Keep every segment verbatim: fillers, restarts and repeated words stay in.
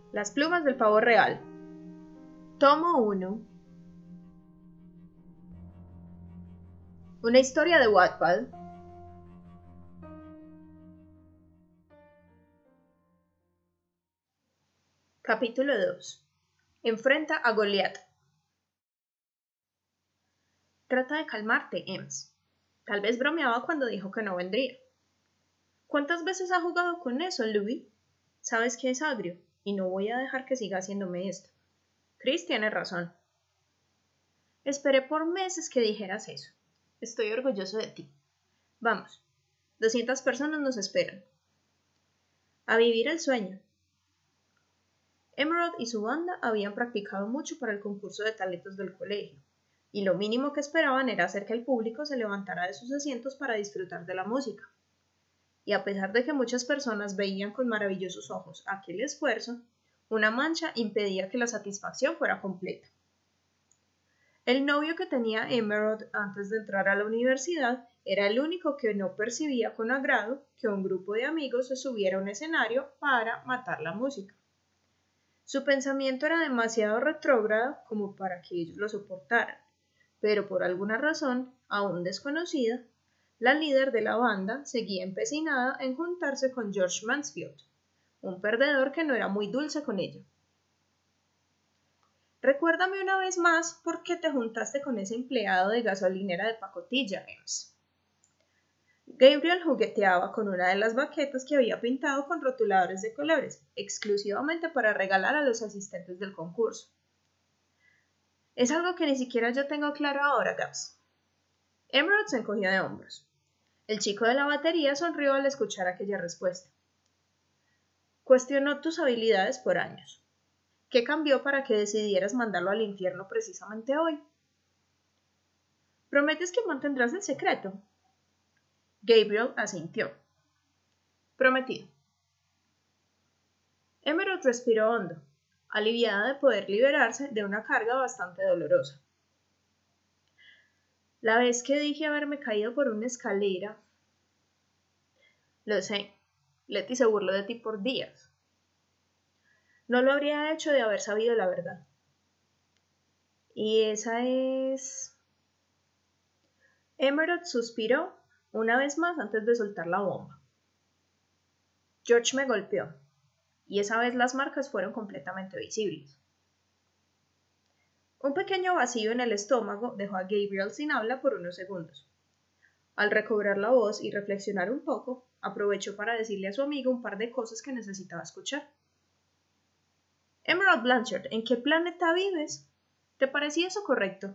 Las plumas del pavo real. Tomo uno. Una historia de Wattpad. Capítulo dos. Enfrenta a Goliat. Trata de calmarte, Ems. Tal vez bromeaba cuando dijo que no vendría. ¿Cuántas veces ha jugado con eso, Louis? Sabes que es agrio, y no voy a dejar que siga haciéndome esto. Chris tiene razón. Esperé por meses que dijeras eso. Estoy orgulloso de ti. Vamos, doscientas personas nos esperan. A vivir el sueño. Emerald y su banda habían practicado mucho para el concurso de talentos del colegio, y lo mínimo que esperaban era hacer que el público se levantara de sus asientos para disfrutar de la música. Y a pesar de que muchas personas veían con maravillosos ojos aquel esfuerzo, una mancha impedía que la satisfacción fuera completa. El novio que tenía Emerald antes de entrar a la universidad era el único que no percibía con agrado que un grupo de amigos se subiera a un escenario para matar la música. Su pensamiento era demasiado retrógrado como para que ellos lo soportaran, pero por alguna razón, aún desconocida, la líder de la banda seguía empecinada en juntarse con George Mansfield, un perdedor que no era muy dulce con ella. Recuérdame una vez más por qué te juntaste con ese empleado de gasolinera de pacotilla, Ems. Gabriel jugueteaba con una de las baquetas que había pintado con rotuladores de colores, exclusivamente para regalar a los asistentes del concurso. Es algo que ni siquiera yo tengo claro ahora, Gabs. Emerald se encogió de hombros. El chico de la batería sonrió al escuchar aquella respuesta. Cuestionó tus habilidades por años. ¿Qué cambió para que decidieras mandarlo al infierno precisamente hoy? ¿Prometes que mantendrás el secreto? Gabriel asintió. Prometido. Emerald respiró hondo, aliviada de poder liberarse de una carga bastante dolorosa. La vez que dije haberme caído por una escalera... Lo sé, Letty se burló de ti por días. No lo habría hecho de haber sabido la verdad. Y esa es... Emerald suspiró una vez más antes de soltar la bomba. George me golpeó, y esa vez las marcas fueron completamente visibles. Un pequeño vacío en el estómago dejó a Gabriel sin habla por unos segundos. Al recobrar la voz y reflexionar un poco, aprovechó para decirle a su amigo un par de cosas que necesitaba escuchar. Emerald Blanchard, ¿en qué planeta vives? ¿Te parecía eso correcto?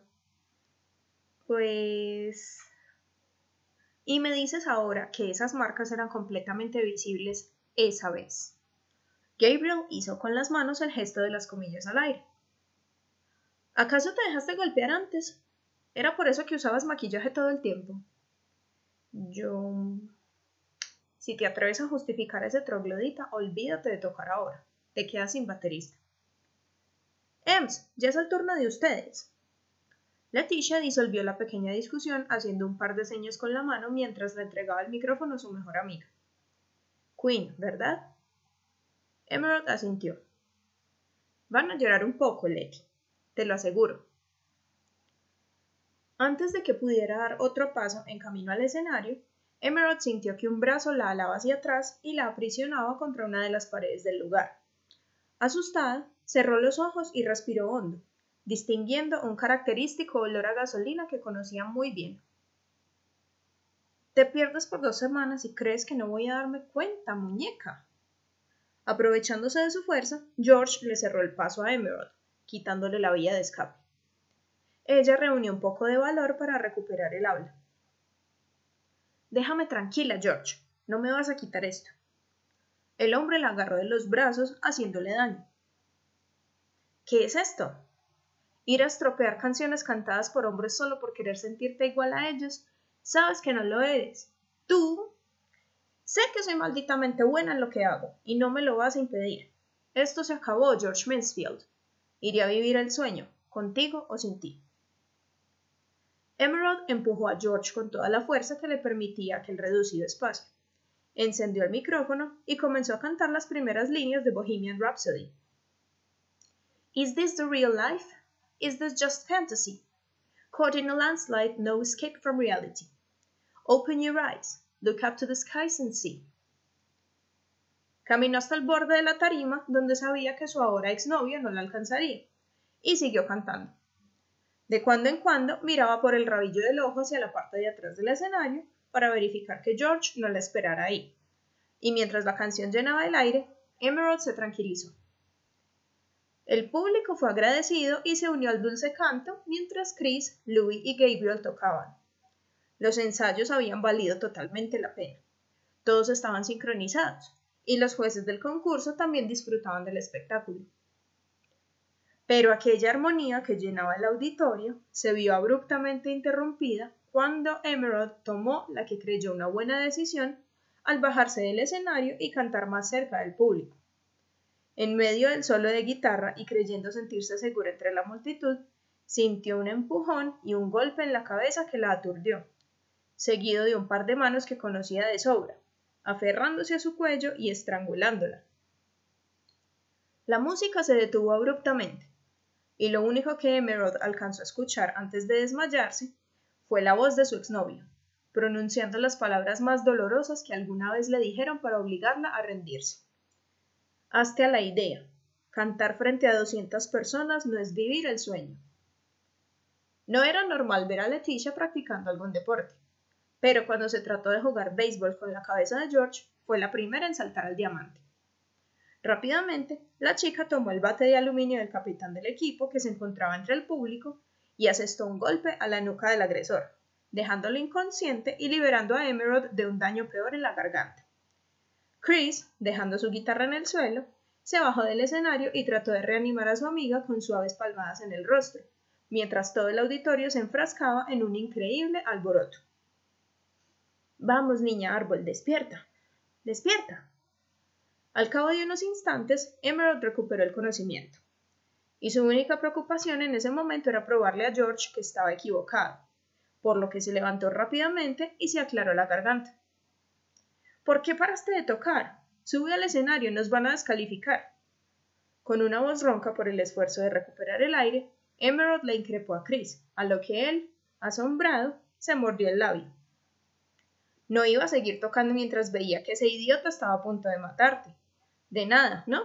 Pues... Y me dices ahora que esas marcas eran completamente visibles esa vez. Gabriel hizo con las manos el gesto de las comillas al aire. ¿Acaso te dejaste golpear antes? ¿Era por eso que usabas maquillaje todo el tiempo? Yo... Si te atreves a justificar ese troglodita, olvídate de tocar ahora. Te quedas sin baterista. Ems, ya es el turno de ustedes. Leticia disolvió la pequeña discusión haciendo un par de señas con la mano mientras le entregaba el micrófono a su mejor amiga. Queen, ¿verdad? Emerald asintió. Van a llorar un poco, Letty, te lo aseguro. Antes de que pudiera dar otro paso en camino al escenario, Emerald sintió que un brazo la alaba hacia atrás y la aprisionaba contra una de las paredes del lugar. Asustada, cerró los ojos y respiró hondo, distinguiendo un característico olor a gasolina que conocía muy bien. Te pierdes por dos semanas y crees que no voy a darme cuenta, muñeca. Aprovechándose de su fuerza, George le cerró el paso a Emerald, quitándole la vía de escape. Ella reunió un poco de valor para recuperar el habla. Déjame tranquila, George, no me vas a quitar esto. El hombre la agarró de los brazos, haciéndole daño. ¿Qué es esto? Ir a estropear canciones cantadas por hombres solo por querer sentirte igual a ellos. Sabes que no lo eres. Tú... Sé que soy malditamente buena en lo que hago, y no me lo vas a impedir. Esto se acabó, George Mansfield. Iré a vivir el sueño, contigo o sin ti. Emerald empujó a George con toda la fuerza que le permitía aquel reducido espacio. Encendió el micrófono y comenzó a cantar las primeras líneas de Bohemian Rhapsody. Is this the real life? Is this just fantasy? Caught in a landslide, no escape from reality. Open your eyes, look up to the skies and see. Caminó hasta el borde de la tarima, donde sabía que su ahora exnovio no la alcanzaría, y siguió cantando. De cuando en cuando miraba por el rabillo del ojo hacia la parte de atrás del escenario para verificar que George no la esperara ahí. Y mientras la canción llenaba el aire, Emerald se tranquilizó. El público fue agradecido y se unió al dulce canto mientras Chris, Louis y Gabriel tocaban. Los ensayos habían valido totalmente la pena. Todos estaban sincronizados y los jueces del concurso también disfrutaban del espectáculo. Pero aquella armonía que llenaba el auditorio se vio abruptamente interrumpida cuando Emerald tomó la que creyó una buena decisión al bajarse del escenario y cantar más cerca del público. En medio del solo de guitarra y creyendo sentirse segura entre la multitud, sintió un empujón y un golpe en la cabeza que la aturdió, seguido de un par de manos que conocía de sobra, aferrándose a su cuello y estrangulándola. La música se detuvo abruptamente, y lo único que Emerald alcanzó a escuchar antes de desmayarse fue la voz de su exnovio, pronunciando las palabras más dolorosas que alguna vez le dijeron para obligarla a rendirse. Hazte a la idea, cantar frente a doscientas personas no es vivir el sueño. No era normal ver a Leticia practicando algún deporte, pero cuando se trató de jugar béisbol con la cabeza de George, fue la primera en saltar al diamante. Rápidamente, la chica tomó el bate de aluminio del capitán del equipo que se encontraba entre el público y asestó un golpe a la nuca del agresor, dejándolo inconsciente y liberando a Emerald de un daño peor en la garganta. Chris, dejando su guitarra en el suelo, se bajó del escenario y trató de reanimar a su amiga con suaves palmadas en el rostro, mientras todo el auditorio se enfrascaba en un increíble alboroto. Vamos, niña árbol, despierta, despierta. Al cabo de unos instantes, Emerald recuperó el conocimiento, y su única preocupación en ese momento era probarle a George que estaba equivocado, por lo que se levantó rápidamente y se aclaró la garganta. ¿Por qué paraste de tocar? Sube al escenario, nos van a descalificar. Con una voz ronca por el esfuerzo de recuperar el aire, Emerald le increpó a Chris, a lo que él, asombrado, se mordió el labio. No iba a seguir tocando mientras veía que ese idiota estaba a punto de matarte. De nada, ¿no?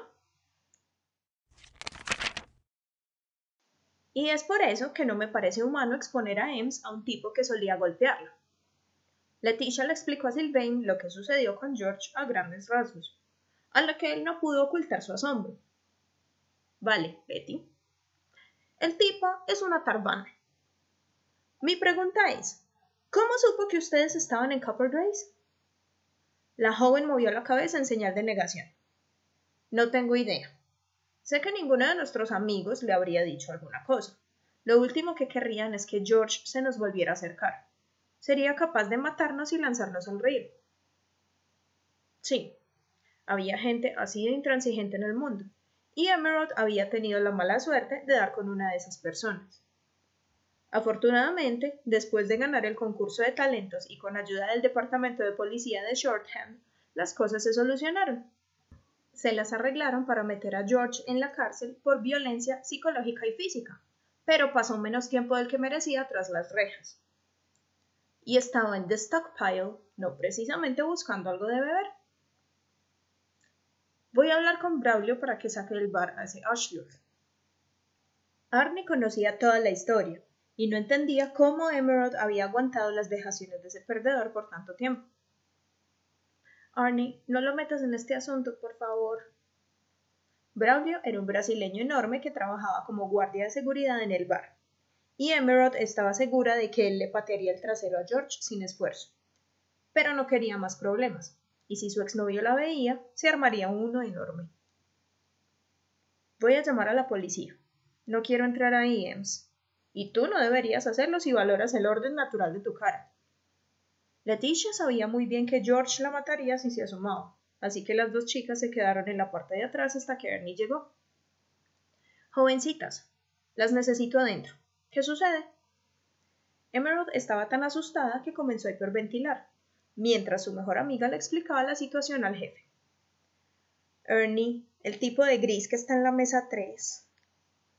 Y es por eso que no me parece humano exponer a Ems a un tipo que solía golpearlo. Leticia le explicó a Sylvain lo que sucedió con George a grandes rasgos, a lo que él no pudo ocultar su asombro. Vale, Betty. El tipo es una tarbana. Mi pregunta es, ¿cómo supo que ustedes estaban en Copper Grace? La joven movió la cabeza en señal de negación. No tengo idea. Sé que ninguno de nuestros amigos le habría dicho alguna cosa. Lo último que querrían es que George se nos volviera a acercar. Sería capaz de matarnos y lanzarnos al río. Sí, había gente así de intransigente en el mundo, y Emerald había tenido la mala suerte de dar con una de esas personas. Afortunadamente, después de ganar el concurso de talentos y con ayuda del departamento de policía de Shorthand, las cosas se solucionaron. Se las arreglaron para meter a George en la cárcel por violencia psicológica y física, pero pasó menos tiempo del que merecía tras las rejas. Y estaba en The Stockpile, no precisamente buscando algo de beber. Voy a hablar con Braulio para que saque del bar a ese Ashworth. Arnie conocía toda la historia, y no entendía cómo Emerald había aguantado las vejaciones de ese perdedor por tanto tiempo. Arnie, no lo metas en este asunto, por favor. Braulio era un brasileño enorme que trabajaba como guardia de seguridad en el bar, y Emerald estaba segura de que él le patearía el trasero a George sin esfuerzo. Pero no quería más problemas, y si su exnovio la veía, se armaría uno enorme. Voy a llamar a la policía. No quiero entrar ahí, Ems. Y tú no deberías hacerlo si valoras el orden natural de tu cara. Leticia sabía muy bien que George la mataría si se asomaba, así que las dos chicas se quedaron en la parte de atrás hasta que Ernie llegó. Jovencitas, las necesito adentro. ¿Qué sucede? Emerald estaba tan asustada que comenzó a hiperventilar, mientras su mejor amiga le explicaba la situación al jefe. Ernie, el tipo de gris que está en la mesa tres.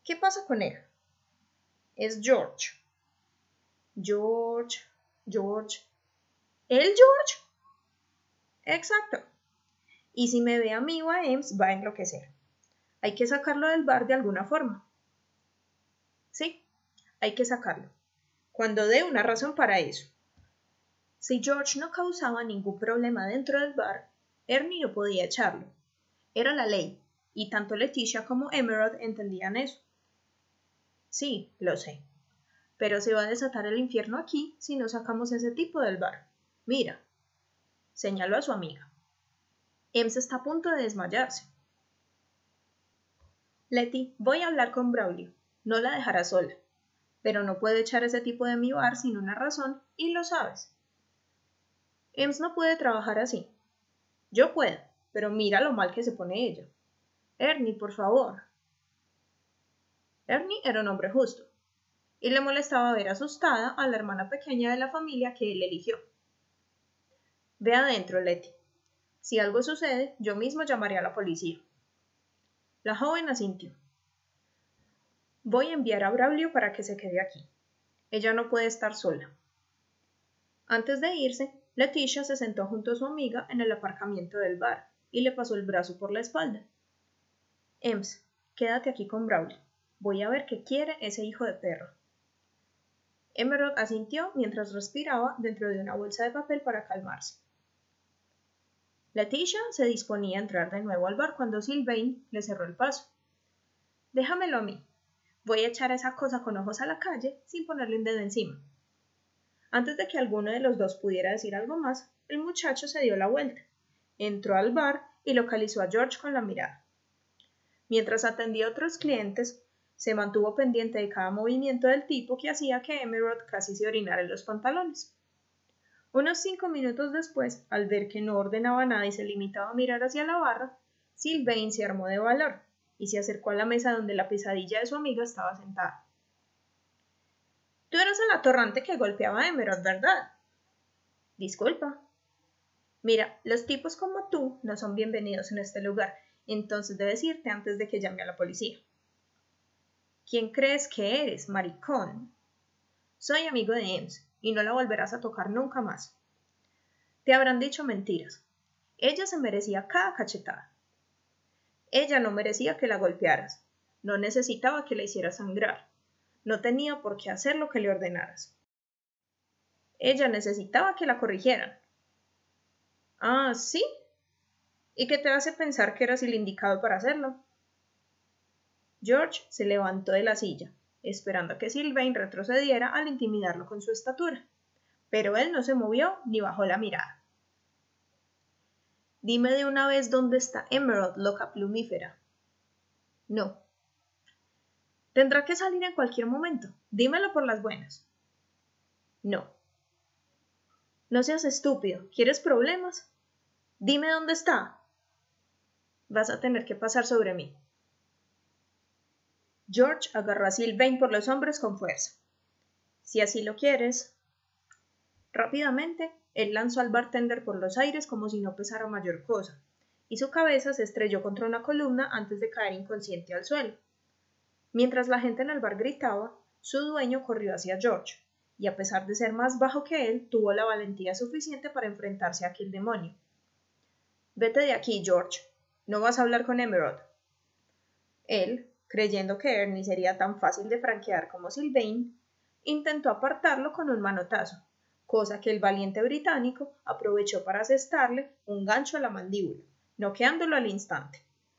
¿Qué pasa con él? Es George. George, George. ¿El George? Exacto. Y si me ve a mí o a Ems, va a enloquecer. Hay que sacarlo del bar de alguna forma. Sí, hay que sacarlo. Cuando dé una razón para eso. Si George no causaba ningún problema dentro del bar, Ernie no podía echarlo. Era la ley, y tanto Leticia como Emerald entendían eso. Sí, lo sé. Pero se va a desatar el infierno aquí si no sacamos ese tipo del bar. Mira, señaló a su amiga. Ems está a punto de desmayarse. Letty, voy a hablar con Braulio. No la dejará sola. Pero no puedo echar ese tipo de mi bar sin una razón, y lo sabes. Ems no puede trabajar así. Yo puedo, pero mira lo mal que se pone ella. Ernie, por favor. Ernie era un hombre justo, y le molestaba ver asustada a la hermana pequeña de la familia que él eligió. Ve adentro, Letty. Si algo sucede, yo mismo llamaré a la policía. La joven asintió. Voy a enviar a Braulio para que se quede aquí. Ella no puede estar sola. Antes de irse, Leticia se sentó junto a su amiga en el aparcamiento del bar y le pasó el brazo por la espalda. Ems, quédate aquí con Braulio. Voy a ver qué quiere ese hijo de perro. Emerald asintió mientras respiraba dentro de una bolsa de papel para calmarse. Leticia se disponía a entrar de nuevo al bar cuando Sylvain le cerró el paso. Déjamelo a mí. Voy a echar esa cosa con ojos a la calle sin ponerle un dedo encima. Antes de que alguno de los dos pudiera decir algo más, el muchacho se dio la vuelta, entró al bar y localizó a George con la mirada. Mientras atendía a otros clientes, se mantuvo pendiente de cada movimiento del tipo que hacía que Emerald casi se orinara en los pantalones. Unos cinco minutos después, al ver que no ordenaba nada y se limitaba a mirar hacia la barra, Sylvain se armó de valor y se acercó a la mesa donde la pesadilla de su amiga estaba sentada. Tú eras el atorrante que golpeaba a Emerald, ¿verdad? Disculpa. Mira, los tipos como tú no son bienvenidos en este lugar, entonces debes irte antes de que llame a la policía. ¿Quién crees que eres, maricón? Soy amigo de Ems, y no la volverás a tocar nunca más. Te habrán dicho mentiras. Ella se merecía cada cachetada. Ella no merecía que la golpearas. No necesitaba que la hicieras sangrar. No tenía por qué hacer lo que le ordenaras. Ella necesitaba que la corrigieran. Ah, ¿sí? ¿Y qué te hace pensar que eras el indicado para hacerlo? George se levantó de la silla, esperando a que Sylvain retrocediera al intimidarlo con su estatura, pero él no se movió ni bajó la mirada. Dime de una vez dónde está Emerald, loca plumífera. No. Tendrá que salir en cualquier momento. Dímelo por las buenas. No. No seas estúpido. ¿Quieres problemas? Dime dónde está. Vas a tener que pasar sobre mí. George agarró a Sylvain por los hombros con fuerza. Si así lo quieres. Rápidamente, él lanzó al bartender por los aires como si no pesara mayor cosa, y su cabeza se estrelló contra una columna antes de caer inconsciente al suelo. Mientras la gente en el bar gritaba, su dueño corrió hacia George, y a pesar de ser más bajo que él, tuvo la valentía suficiente para enfrentarse a aquel demonio. Vete de aquí, George. No vas a hablar con Emerald. Él, creyendo que Ernie sería tan fácil de franquear como Sylvain, intentó apartarlo con un manotazo, cosa que el valiente británico aprovechó para asestarle un gancho a la mandíbula, noqueándolo al instante.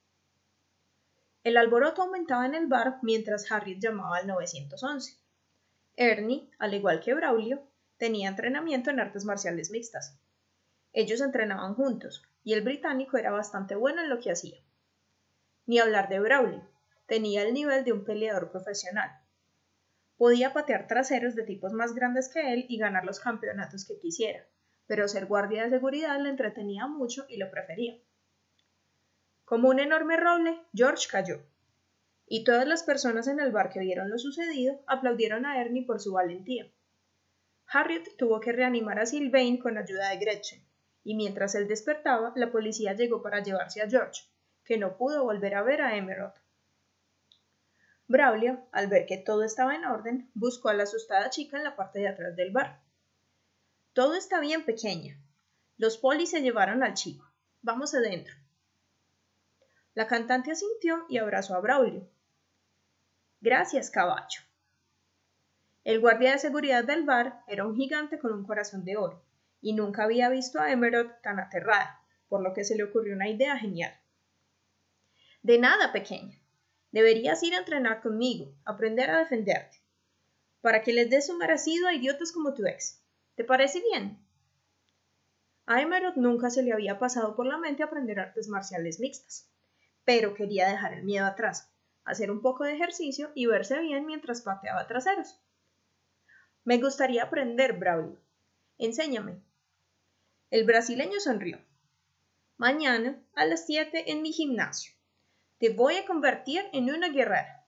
El alboroto aumentaba en el bar mientras Harriet llamaba al nueve once. Ernie, al igual que Braulio, tenía entrenamiento en artes marciales mixtas. Ellos entrenaban juntos, y el británico era bastante bueno en lo que hacía. Ni hablar de Braulio, tenía el nivel de un peleador profesional. Podía patear traseros de tipos más grandes que él y ganar los campeonatos que quisiera, pero ser guardia de seguridad le entretenía mucho y lo prefería. Como un enorme roble, George cayó, y todas las personas en el bar que vieron lo sucedido aplaudieron a Ernie por su valentía. Harriet tuvo que reanimar a Sylvain con ayuda de Gretchen, y mientras él despertaba, la policía llegó para llevarse a George, que no pudo volver a ver a Emerald. Braulio, al ver que todo estaba en orden, buscó a la asustada chica en la parte de atrás del bar. Todo está bien, pequeña. Los polis se llevaron al chico. Vamos adentro. La cantante asintió y abrazó a Braulio. Gracias, caballo. El guardia de seguridad del bar era un gigante con un corazón de oro, y nunca había visto a Emerald tan aterrada, por lo que se le ocurrió una idea genial. De nada, pequeña. Deberías ir a entrenar conmigo, aprender a defenderte, para que les des un merecido a idiotas como tu ex. ¿Te parece bien? A Emerald nunca se le había pasado por la mente aprender artes marciales mixtas, pero quería dejar el miedo atrás, hacer un poco de ejercicio y verse bien mientras pateaba traseros. Me gustaría aprender, Braulio. Enséñame. El brasileño sonrió. Mañana, a las siete en mi gimnasio. Te voy a convertir en una guerrera.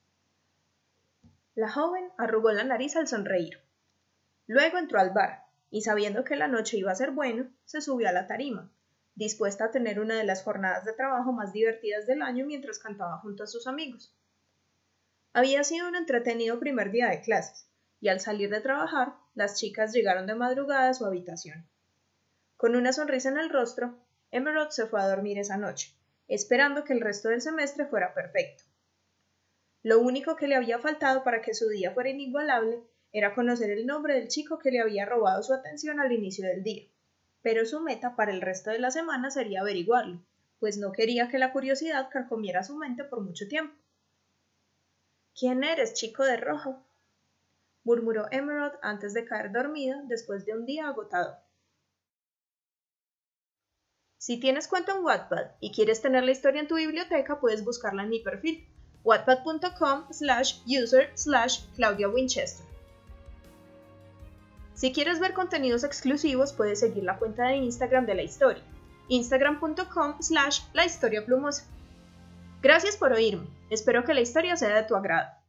La joven arrugó la nariz al sonreír. Luego entró al bar, y sabiendo que la noche iba a ser buena, se subió a la tarima, dispuesta a tener una de las jornadas de trabajo más divertidas del año mientras cantaba junto a sus amigos. Había sido un entretenido primer día de clases, y al salir de trabajar, las chicas llegaron de madrugada a su habitación. Con una sonrisa en el rostro, Emerald se fue a dormir esa noche, esperando que el resto del semestre fuera perfecto. Lo único que le había faltado para que su día fuera inigualable era conocer el nombre del chico que le había robado su atención al inicio del día, pero su meta para el resto de la semana sería averiguarlo, pues no quería que la curiosidad carcomiera su mente por mucho tiempo. ¿Quién eres, chico de rojo?, murmuró Emerald antes de caer dormida después de un día agotador. Si tienes cuenta en Wattpad y quieres tener la historia en tu biblioteca, puedes buscarla en mi perfil, wattpad.com slash user slash Claudia Winchester. Si quieres ver contenidos exclusivos, puedes seguir la cuenta de Instagram de la historia, instagram.com slash la historia plumosa. Gracias por oírme, espero que la historia sea de tu agrado.